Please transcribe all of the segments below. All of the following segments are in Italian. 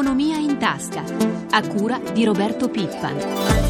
Economia in tasca, a cura di Roberto Pippan.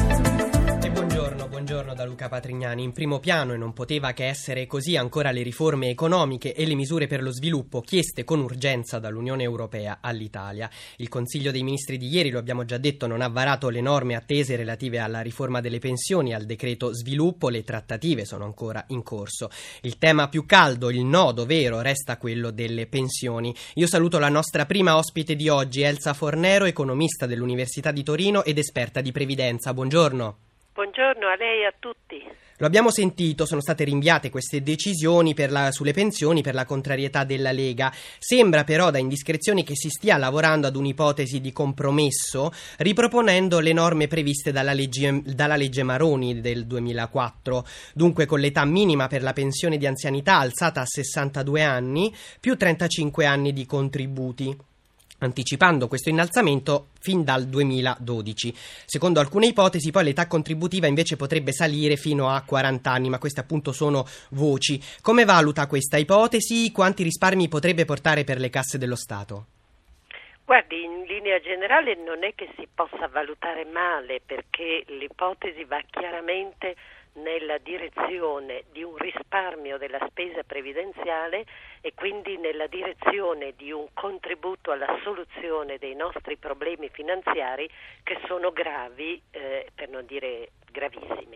Buongiorno da Luca Patrignani. In primo piano, e non poteva che essere così, ancora le riforme economiche e le misure per lo sviluppo chieste con urgenza dall'Unione Europea all'Italia. Il Consiglio dei Ministri di ieri, lo abbiamo già detto, non ha varato le norme attese relative alla riforma delle pensioni e al decreto sviluppo. Le trattative sono ancora in corso. Il tema più caldo, il nodo vero, resta quello delle pensioni. Io saluto la nostra prima ospite di oggi, Elsa Fornero, economista dell'Università di Torino ed esperta di previdenza. Buongiorno. Buongiorno a lei e a tutti. Lo abbiamo sentito, sono state rinviate queste decisioni sulle pensioni per la contrarietà della Lega. Sembra però da indiscrezioni che si stia lavorando ad un'ipotesi di compromesso, riproponendo le norme previste dalla legge Maroni del 2004, dunque con l'età minima per la pensione di anzianità alzata a 62 anni, più 35 anni di contributi, anticipando questo innalzamento fin dal 2012. Secondo alcune ipotesi poi l'età contributiva invece potrebbe salire fino a 40 anni, ma queste appunto sono voci. Come valuta questa ipotesi? Quanti risparmi potrebbe portare per le casse dello Stato? Guardi, in linea generale non è che si possa valutare male, perché l'ipotesi va chiaramente nella direzione di un risparmio della spesa previdenziale e quindi nella direzione di un contributo alla soluzione dei nostri problemi finanziari, che sono gravi, per non dire gravissimi.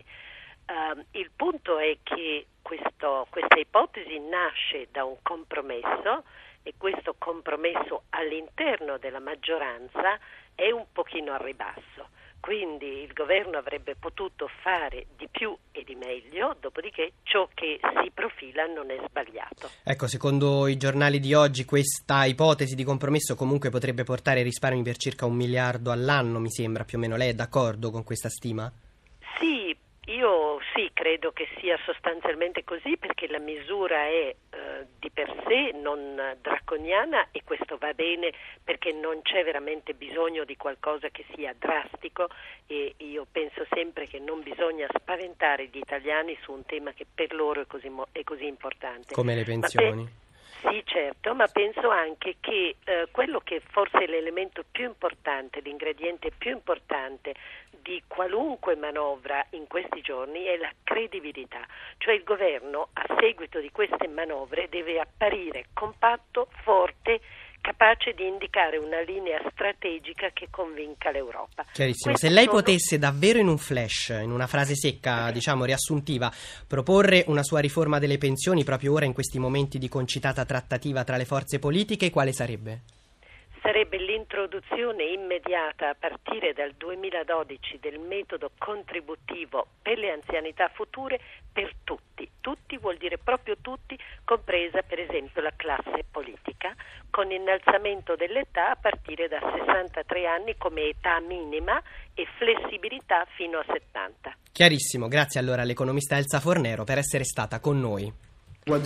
Il punto è che questa ipotesi nasce da un compromesso, e questo compromesso all'interno della maggioranza è un pochino al ribasso. Quindi il governo avrebbe potuto fare di più e di meglio, dopodiché ciò che si profila non è sbagliato. Ecco, secondo i giornali di oggi questa ipotesi di compromesso comunque potrebbe portare risparmi per circa 1 miliardo all'anno, mi sembra, più o meno. Lei è d'accordo con questa stima? Sì, io credo che sia sostanzialmente così, perché la misura è di per sé non draconiana, e questo va bene perché non c'è veramente bisogno di qualcosa che sia drastico, e io penso sempre che non bisogna spaventare gli italiani su un tema che per loro è così importante. Come le pensioni. Sì, certo, ma penso anche che quello che forse è l'elemento più importante, l'ingrediente più importante di qualunque manovra in questi giorni è la credibilità. Cioè il governo, a seguito di queste manovre, deve apparire compatto, forte, capace di indicare una linea strategica che convinca l'Europa. Chiarissimo. Se lei potesse davvero in un flash, in una frase secca, diciamo riassuntiva, proporre una sua riforma delle pensioni proprio ora in questi momenti di concitata trattativa tra le forze politiche, quale sarebbe? Sarebbe l'introduzione immediata a partire dal 2012 del metodo contributivo per le anzianità future per tutti. Tutti vuol dire proprio tutti, compresa per esempio la classe politica, con innalzamento dell'età a partire da 63 anni come età minima e flessibilità fino a 70. Chiarissimo, grazie allora all'economista Elsa Fornero per essere stata con noi. Ma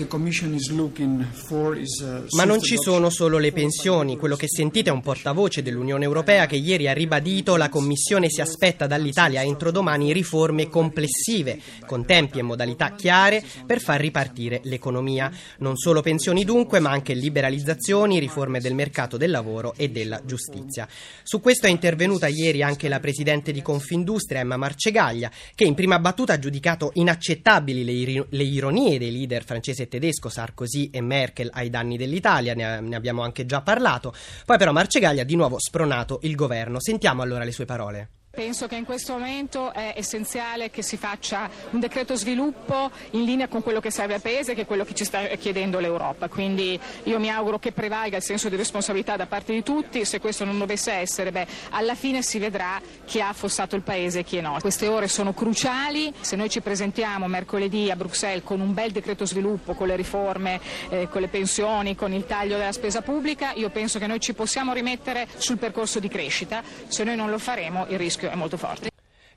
non ci sono solo le pensioni. Quello che sentite è un portavoce dell'Unione Europea che ieri ha ribadito: la Commissione si aspetta dall'Italia entro domani riforme complessive, con tempi e modalità chiare per far ripartire l'economia. Non solo pensioni dunque, ma anche liberalizzazioni, riforme del mercato del lavoro e della giustizia. Su questo è intervenuta ieri anche la presidente di Confindustria, Emma Marcegaglia, che in prima battuta ha giudicato inaccettabili le ironie dei leader francesi e tedesco, Sarkozy e Merkel, ai danni dell'Italia. Ne abbiamo anche già parlato. Poi però Marcegaglia ha di nuovo spronato il governo. Sentiamo allora le sue parole. Penso che in questo momento è essenziale che si faccia un decreto sviluppo in linea con quello che serve al Paese, che è quello che ci sta chiedendo l'Europa. Quindi io mi auguro che prevalga il senso di responsabilità da parte di tutti. Se questo non dovesse essere, alla fine si vedrà chi ha affossato il Paese e chi no. Queste ore sono cruciali. Se noi ci presentiamo mercoledì a Bruxelles con un bel decreto sviluppo, con le riforme, con le pensioni, con il taglio della spesa pubblica, io penso che noi ci possiamo rimettere sul percorso di crescita. Se noi non lo faremo, il rischio è molto forte.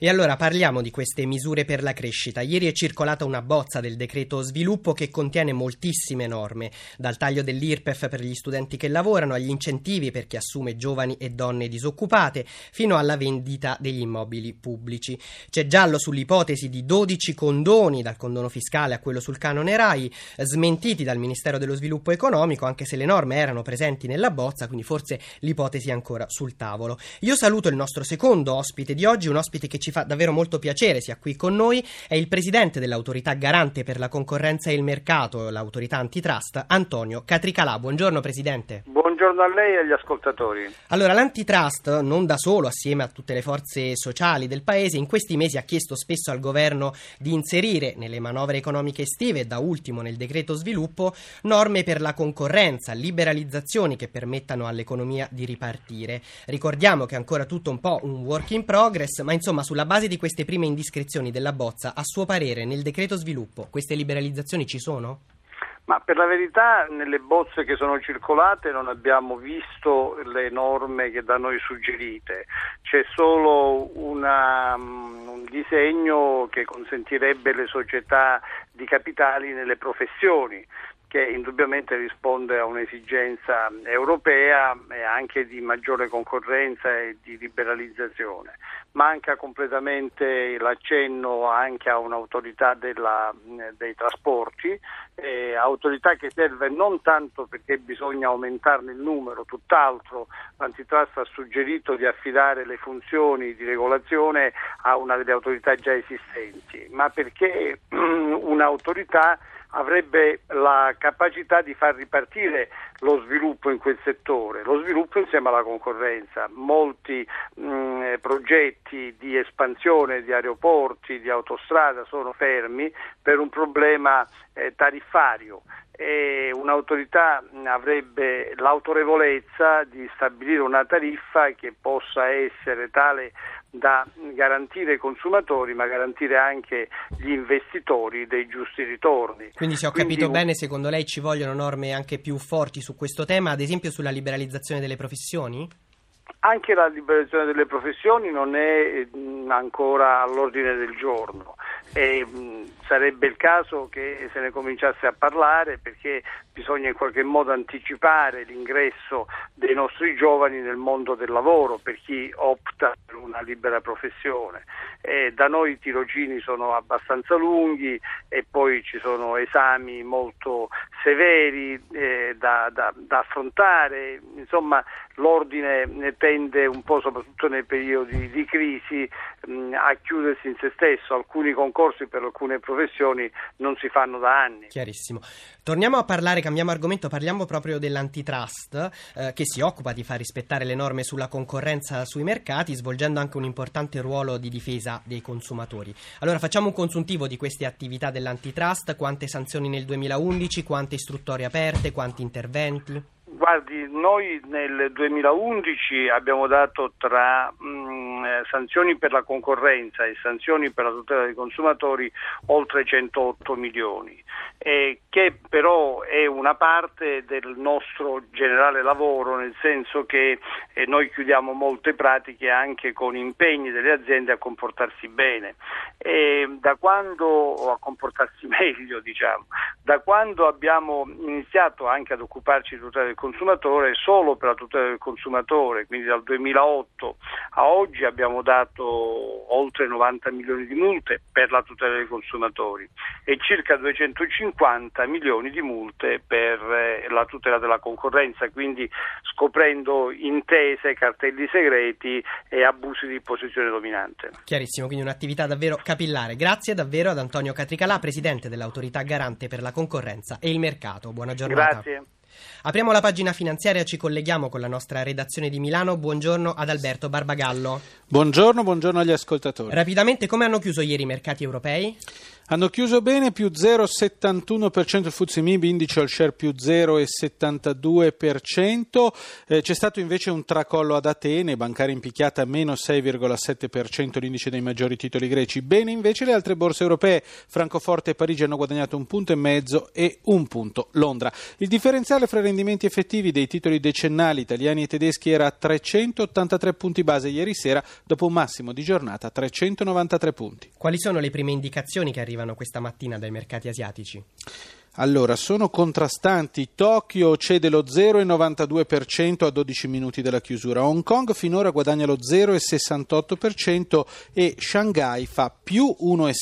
E allora parliamo di queste misure per la crescita. Ieri è circolata una bozza del decreto sviluppo che contiene moltissime norme, dal taglio dell'IRPEF per gli studenti che lavorano, agli incentivi per chi assume giovani e donne disoccupate, fino alla vendita degli immobili pubblici. C'è giallo sull'ipotesi di 12 condoni, dal condono fiscale a quello sul canone RAI, smentiti dal Ministero dello Sviluppo Economico, anche se le norme erano presenti nella bozza, quindi forse l'ipotesi è ancora sul tavolo. Io saluto il nostro secondo ospite di oggi, un ospite che ci fa davvero molto piacere sia qui con noi, è il presidente dell'Autorità Garante per la Concorrenza e il Mercato, l'Autorità Antitrust, Antonio Catricalà. Buongiorno Presidente. Buongiorno a lei e agli ascoltatori. Allora, l'Antitrust, non da solo, assieme a tutte le forze sociali del Paese, in questi mesi ha chiesto spesso al governo di inserire nelle manovre economiche estive e da ultimo nel decreto sviluppo norme per la concorrenza, liberalizzazioni che permettano all'economia di ripartire. Ricordiamo che è ancora tutto un po' un work in progress, ma insomma sulla base di queste prime indiscrezioni della bozza, a suo parere nel decreto sviluppo queste liberalizzazioni ci sono? Ma per la verità nelle bozze che sono circolate non abbiamo visto le norme che da noi suggerite, c'è solo un disegno che consentirebbe le società di capitali nelle professioni, che indubbiamente risponde a un'esigenza europea e anche di maggiore concorrenza e di liberalizzazione. Manca completamente l'accenno anche a un'autorità dei trasporti, autorità che serve non tanto perché bisogna aumentarne il numero, tutt'altro l'Antitrust ha suggerito di affidare le funzioni di regolazione a una delle autorità già esistenti, ma perché un'autorità avrebbe la capacità di far ripartire lo sviluppo in quel settore, lo sviluppo insieme alla concorrenza. Molti progetti di espansione di aeroporti, di autostrada sono fermi per un problema tariffario e un'autorità avrebbe l'autorevolezza di stabilire una tariffa che possa essere tale da garantire i consumatori ma garantire anche gli investitori dei giusti ritorni. Quindi se ho capito bene, secondo lei ci vogliono norme anche più forti su questo tema, ad esempio sulla liberalizzazione delle professioni? Anche la liberazione delle professioni non è ancora all'ordine del giorno e sarebbe il caso che se ne cominciasse a parlare, perché bisogna in qualche modo anticipare l'ingresso dei nostri giovani nel mondo del lavoro per chi opta per una libera professione. Da noi i tirocini sono abbastanza lunghi e poi ci sono esami molto severi da affrontare, insomma l'ordine tende un po', soprattutto nei periodi di crisi, a chiudersi in se stesso. Alcuni concorsi per alcune professioni non si fanno da anni. Chiarissimo. Torniamo a parlare, cambiamo argomento, parliamo proprio dell'antitrust che si occupa di far rispettare le norme sulla concorrenza sui mercati, svolgendo anche un importante ruolo di difesa dei consumatori. Allora facciamo un consuntivo di queste attività dell'antitrust: quante sanzioni nel 2011, quante istruttorie aperte, quanti interventi? Guardi, noi nel 2011 abbiamo dato tra sanzioni per la concorrenza e sanzioni per la tutela dei consumatori oltre 108 milioni, che però è una parte del nostro generale lavoro, nel senso che noi chiudiamo molte pratiche anche con impegni delle aziende a comportarsi bene, o a comportarsi meglio, diciamo. Da quando abbiamo iniziato anche ad occuparci di tutela del consumatore, solo per la tutela del consumatore, quindi dal 2008 a oggi abbiamo dato oltre 90 milioni di multe per la tutela dei consumatori e circa 250 milioni di multe per la tutela della concorrenza, quindi scoprendo intese, cartelli segreti e abusi di posizione dominante. Chiarissimo, quindi un'attività davvero capillare. Grazie davvero ad Antonio Catricalà, presidente dell'Autorità Garante per la Concorrenza e il Mercato. Buona giornata. Grazie. Apriamo la pagina finanziaria, ci colleghiamo con la nostra redazione di Milano. Buongiorno ad Alberto Barbagallo. Buongiorno agli ascoltatori. Rapidamente, come hanno chiuso ieri i mercati europei? Hanno chiuso bene, più 0,71% il FTSE MIB, indice all share più 0,72%. C'è stato invece un tracollo ad Atene, Bancaria in picchiata meno 6,7%, l'indice dei maggiori titoli greci. Bene invece le altre borse europee, Francoforte e Parigi hanno guadagnato 1,5 punti e 1 punto Londra. Il differenziale fra i rendimenti effettivi dei titoli decennali italiani e tedeschi era a 383 punti base ieri sera, dopo un massimo di giornata a 393 punti. Quali sono le prime indicazioni che arrivano questa mattina dai mercati asiatici? Allora, sono contrastanti. Tokyo cede lo 0,92% a 12 minuti dalla chiusura. Hong Kong finora guadagna lo 0,68% e Shanghai fa più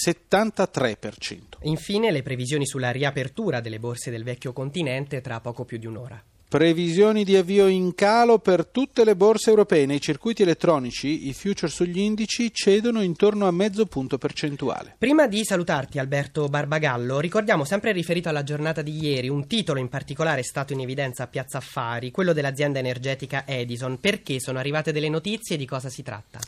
1,73%. Infine, le previsioni sulla riapertura delle borse del vecchio continente tra poco più di un'ora. Previsioni di avvio in calo per tutte le borse europee. Nei circuiti elettronici i future sugli indici cedono intorno a mezzo punto percentuale. Prima di salutarti, Alberto Barbagallo, ricordiamo, sempre riferito alla giornata di ieri, un titolo in particolare è stato in evidenza a Piazza Affari, quello dell'azienda energetica Edison. Perché sono arrivate delle notizie e di cosa si tratta?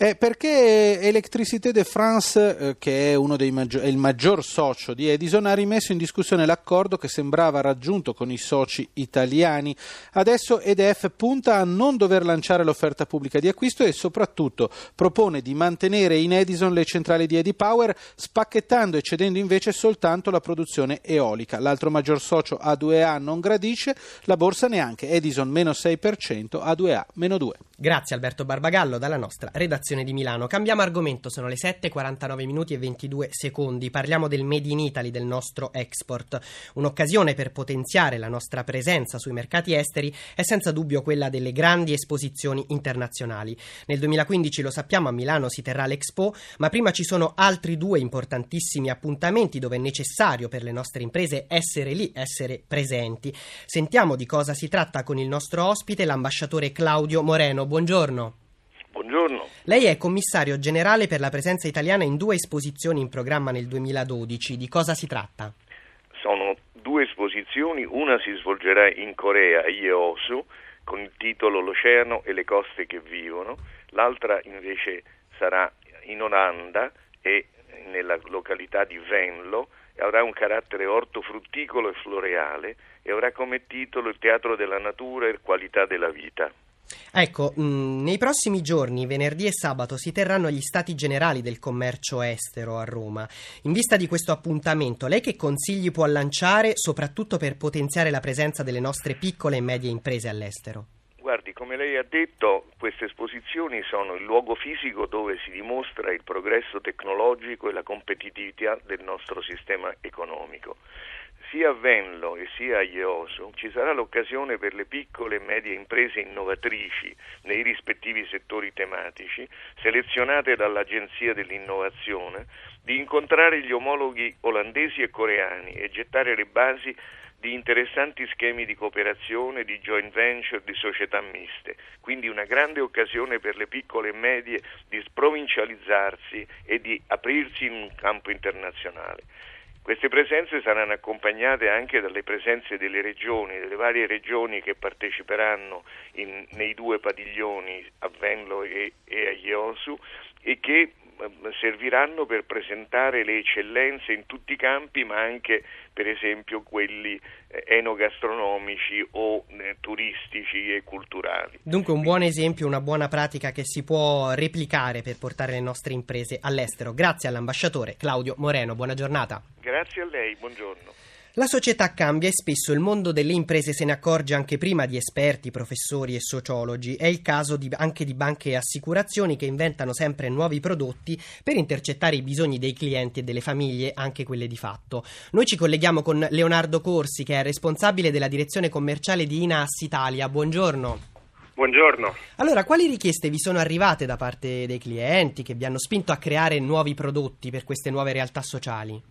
Perché Électricité de France, che è è il maggior socio di Edison, ha rimesso in discussione l'accordo che sembrava raggiunto con i soci italiani. Adesso EDF punta a non dover lanciare l'offerta pubblica di acquisto e soprattutto propone di mantenere in Edison le centrali di EDPower, spacchettando e cedendo invece soltanto la produzione eolica. L'altro maggior socio A2A non gradisce, la borsa neanche. Edison meno 6%, A2A meno 2%. Grazie Alberto Barbagallo dalla nostra redazione di Milano. Cambiamo argomento, sono le 7:49 minuti e 22 secondi. Parliamo del Made in Italy, del nostro export. Un'occasione per potenziare la nostra presenza sui mercati esteri è senza dubbio quella delle grandi esposizioni internazionali. Nel 2015, lo sappiamo, a Milano si terrà l'Expo, ma prima ci sono altri 2 importantissimi appuntamenti dove è necessario per le nostre imprese essere lì, essere presenti. Sentiamo di cosa si tratta con il nostro ospite, l'ambasciatore Claudio Moreno. Buongiorno. Buongiorno. Lei è commissario generale per la presenza italiana in 2 esposizioni in programma nel 2012. Di cosa si tratta? Sono 2 esposizioni, una si svolgerà in Corea, a Yeosu, con il titolo L'oceano e le coste che vivono, l'altra invece sarà in Olanda e nella località di Venlo, e avrà un carattere ortofrutticolo e floreale e avrà come titolo Il teatro della natura e qualità della vita. Ecco, nei prossimi giorni, venerdì e sabato, si terranno gli stati generali del commercio estero a Roma. In vista di questo appuntamento, lei che consigli può lanciare, soprattutto per potenziare la presenza delle nostre piccole e medie imprese all'estero? Guardi, come lei ha detto, queste esposizioni sono il luogo fisico dove si dimostra il progresso tecnologico e la competitività del nostro sistema economico. Sia a Venlo e sia a Yeosu ci sarà l'occasione per le piccole e medie imprese innovatrici nei rispettivi settori tematici, selezionate dall'Agenzia dell'Innovazione, di incontrare gli omologhi olandesi e coreani e gettare le basi di interessanti schemi di cooperazione, di joint venture, di società miste. Quindi una grande occasione per le piccole e medie di sprovincializzarsi e di aprirsi in un campo internazionale. Queste presenze saranno accompagnate anche dalle presenze delle regioni, delle varie regioni che parteciperanno nei 2 padiglioni a Venlo e a Yeosu e che serviranno per presentare le eccellenze in tutti i campi, ma anche per esempio quelli enogastronomici o turistici e culturali. Dunque un buon esempio, una buona pratica che si può replicare per portare le nostre imprese all'estero. Grazie all'ambasciatore Claudio Moreno, buona giornata. Grazie a lei, buongiorno. La società cambia e spesso il mondo delle imprese se ne accorge anche prima di esperti, professori e sociologi. È il caso anche di banche e assicurazioni che inventano sempre nuovi prodotti per intercettare i bisogni dei clienti e delle famiglie, anche quelle di fatto. Noi ci colleghiamo con Leonardo Corsi, che è responsabile della direzione commerciale di INAS Italia. Buongiorno. Buongiorno. Allora, quali richieste vi sono arrivate da parte dei clienti che vi hanno spinto a creare nuovi prodotti per queste nuove realtà sociali?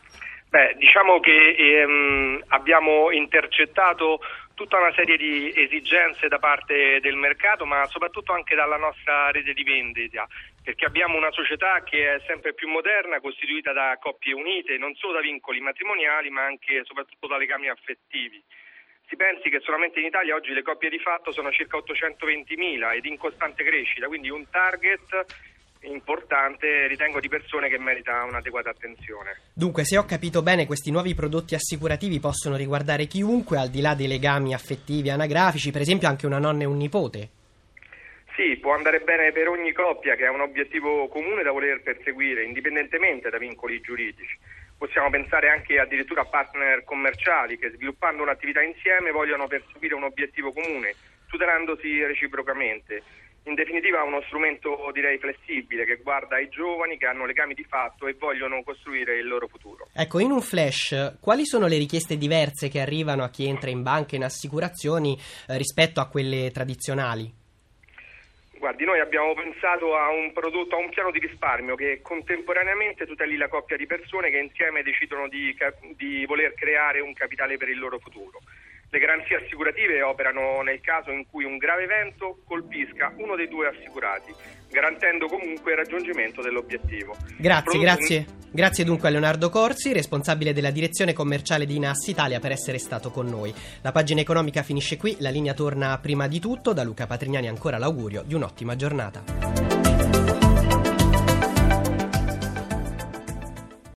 Diciamo che abbiamo intercettato tutta una serie di esigenze da parte del mercato, ma soprattutto anche dalla nostra rete di vendita, perché abbiamo una società che è sempre più moderna, costituita da coppie unite, non solo da vincoli matrimoniali, ma anche e soprattutto da legami affettivi. Si pensi che solamente in Italia oggi le coppie di fatto sono circa 820.000 ed in costante crescita, quindi un target importante, ritengo, di persone che merita un'adeguata attenzione. Dunque, se ho capito bene, questi nuovi prodotti assicurativi possono riguardare chiunque, al di là dei legami affettivi anagrafici, per esempio anche una nonna e un nipote. Sì, può andare bene per ogni coppia che ha un obiettivo comune da voler perseguire, indipendentemente da vincoli giuridici. Possiamo pensare anche addirittura a partner commerciali che, sviluppando un'attività insieme, vogliono perseguire un obiettivo comune, tutelandosi reciprocamente. In definitiva uno strumento, direi, flessibile, che guarda ai giovani che hanno legami di fatto e vogliono costruire il loro futuro. Ecco, in un flash, quali sono le richieste diverse che arrivano a chi entra in banca e in assicurazioni rispetto a quelle tradizionali? Guardi, noi abbiamo pensato a un prodotto, a un piano di risparmio che contemporaneamente tuteli la coppia di persone che insieme decidono di voler creare un capitale per il loro futuro. Le garanzie assicurative operano nel caso in cui un grave evento colpisca uno dei due assicurati, garantendo comunque il raggiungimento dell'obiettivo. Grazie dunque a Leonardo Corsi, responsabile della direzione commerciale di INAS Italia, per essere stato con noi. La pagina economica finisce qui, la linea torna prima di tutto. Da Luca Patrignani ancora l'augurio di un'ottima giornata.